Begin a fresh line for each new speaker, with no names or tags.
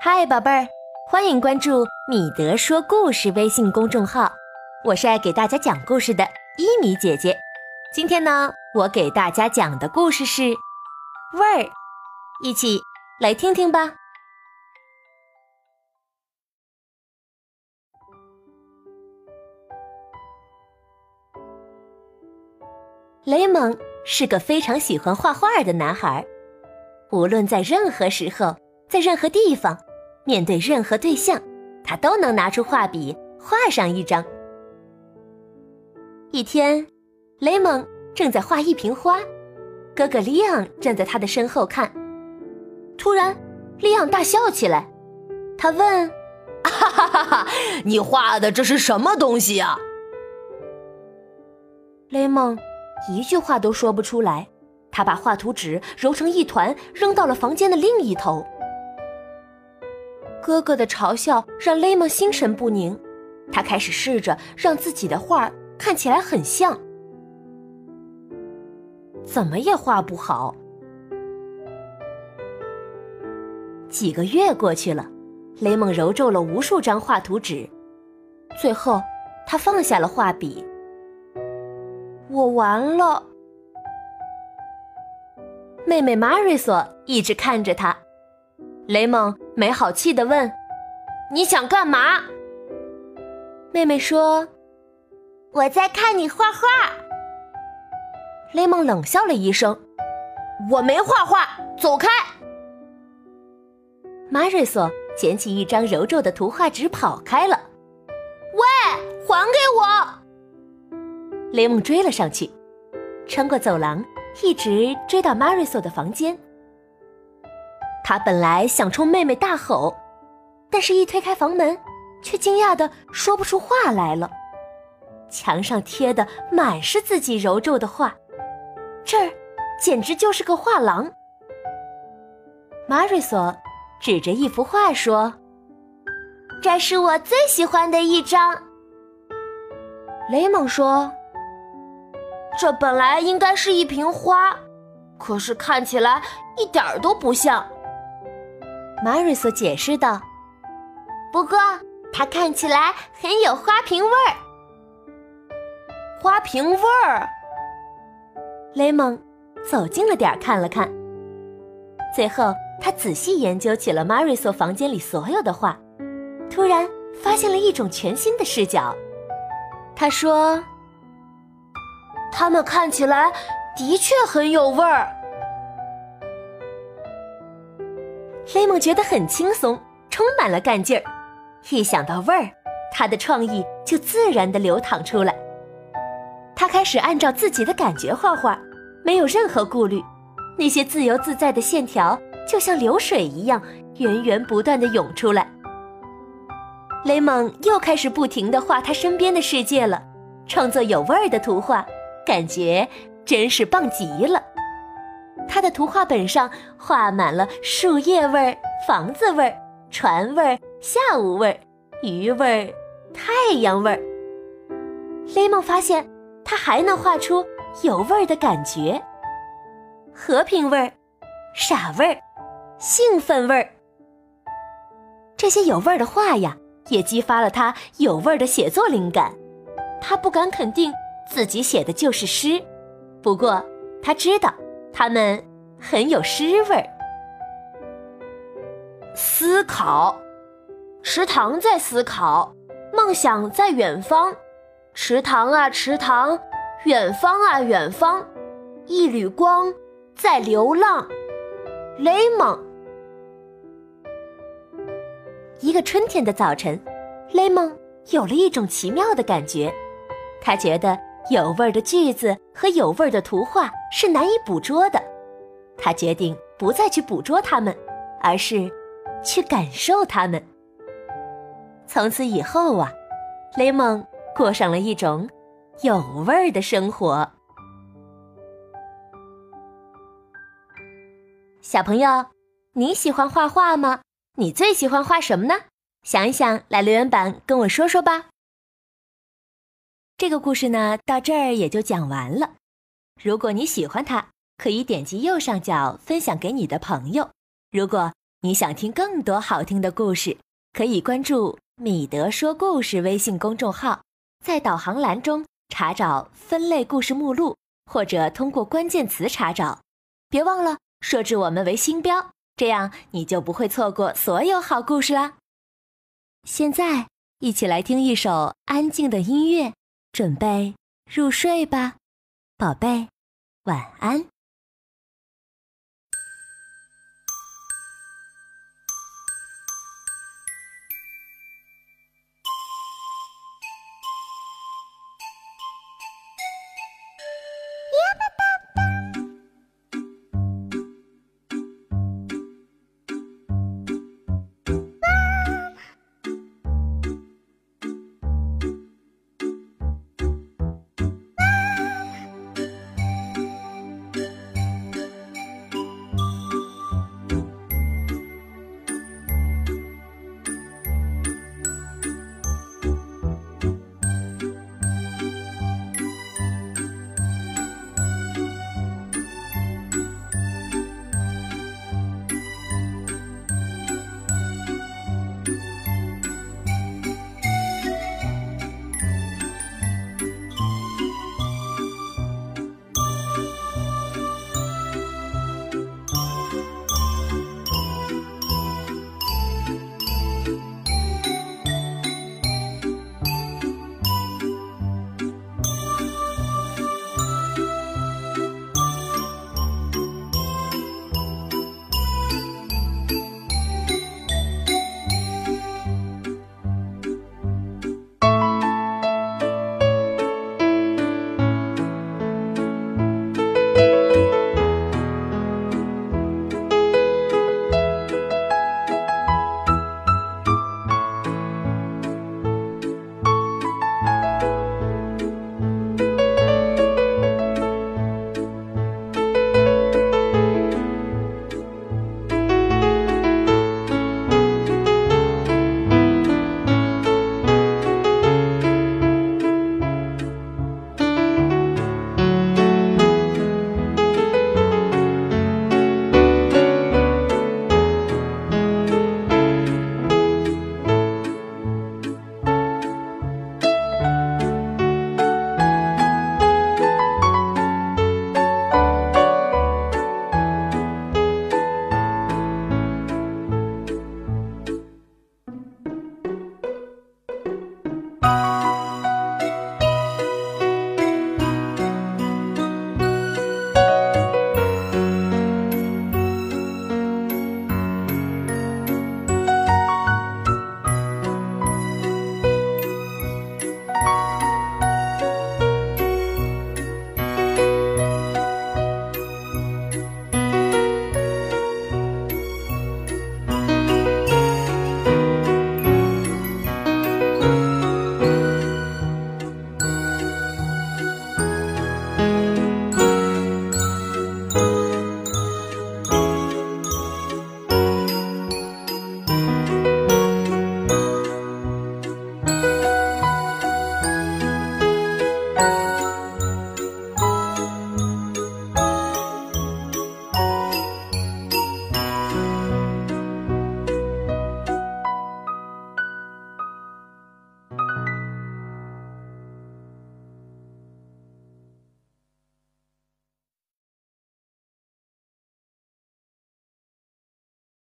嗨，宝贝儿，欢迎关注米德说故事微信公众号，我是爱给大家讲故事的伊米姐姐。今天呢，我给大家讲的故事是味儿，一起来听听吧。雷蒙是个非常喜欢画画的男孩，无论在任何时候，在任何地方，面对任何对象，他都能拿出画笔画上一张。一天，雷蒙正在画一瓶花，哥哥利昂站在他的身后看。突然，利昂大笑起来，他问：
哈哈哈哈，你画的这是什么东西啊？
雷蒙一句话都说不出来，他把画图纸揉成一团，扔到了房间的另一头。哥哥的嘲笑让雷蒙心神不宁，他开始试着让自己的画看起来很像，怎么也画不好。几个月过去了，雷蒙揉皱了无数张画图纸，最后他放下了画笔。我完了。妹妹玛瑞索一直看着他，雷蒙没好气地问：你想干嘛？妹妹说：我在看你画画。雷蒙冷笑了一声：我没画画，走开。玛瑞索捡起一张揉皱的图画纸跑开了。喂，还给我！雷蒙追了上去，穿过走廊，一直追到玛瑞索的房间。他本来想冲妹妹大吼，但是一推开房门，却惊讶地说不出话来了。墙上贴的满是自己揉皱的画，这儿简直就是个画廊。玛瑞索指着一幅画说：这是我最喜欢的一张。雷蒙说：这本来应该是一瓶花，可是看起来一点儿都不像。玛瑞索解释道：不过它看起来很有花瓶味儿。花瓶味儿？雷蒙走近了点看了看，最后他仔细研究起了玛瑞索房间里所有的画，突然发现了一种全新的视角。他说：它们看起来的确很有味儿。雷蒙觉得很轻松，充满了干劲儿。一想到味儿，他的创意就自然地流淌出来。他开始按照自己的感觉画画，没有任何顾虑。那些自由自在的线条就像流水一样，源源不断地涌出来。雷蒙又开始不停地画他身边的世界了，创作有味儿的图画，感觉真是棒极了。他的图画本上画满了树叶味儿、房子味儿、船味儿、下午味儿、鱼味儿、太阳味儿。雷蒙发现他还能画出有味儿的感觉，和平味儿、傻味儿、兴奋味儿。这些有味儿的画呀，也激发了他有味儿的写作灵感。他不敢肯定自己写的就是诗，不过他知道它们很有诗味儿。思考，池塘在思考，梦想在远方。池塘啊池塘，远方啊远方，一缕光在流浪。雷蒙。一个春天的早晨，雷蒙有了一种奇妙的感觉。他觉得有味儿的句子和有味儿的图画是难以捕捉的。他决定不再去捕捉它们，而是去感受它们。从此以后啊，雷蒙过上了一种有味儿的生活。小朋友，你喜欢画画吗？你最喜欢画什么呢？想一想，来留言板跟我说说吧。这个故事呢，到这儿也就讲完了。如果你喜欢它，可以点击右上角分享给你的朋友。如果你想听更多好听的故事，可以关注米德说故事微信公众号，在导航栏中查找分类故事目录，或者通过关键词查找。别忘了设置我们为星标，这样你就不会错过所有好故事啦。现在一起来听一首安静的音乐，准备入睡吧，宝贝，晚安。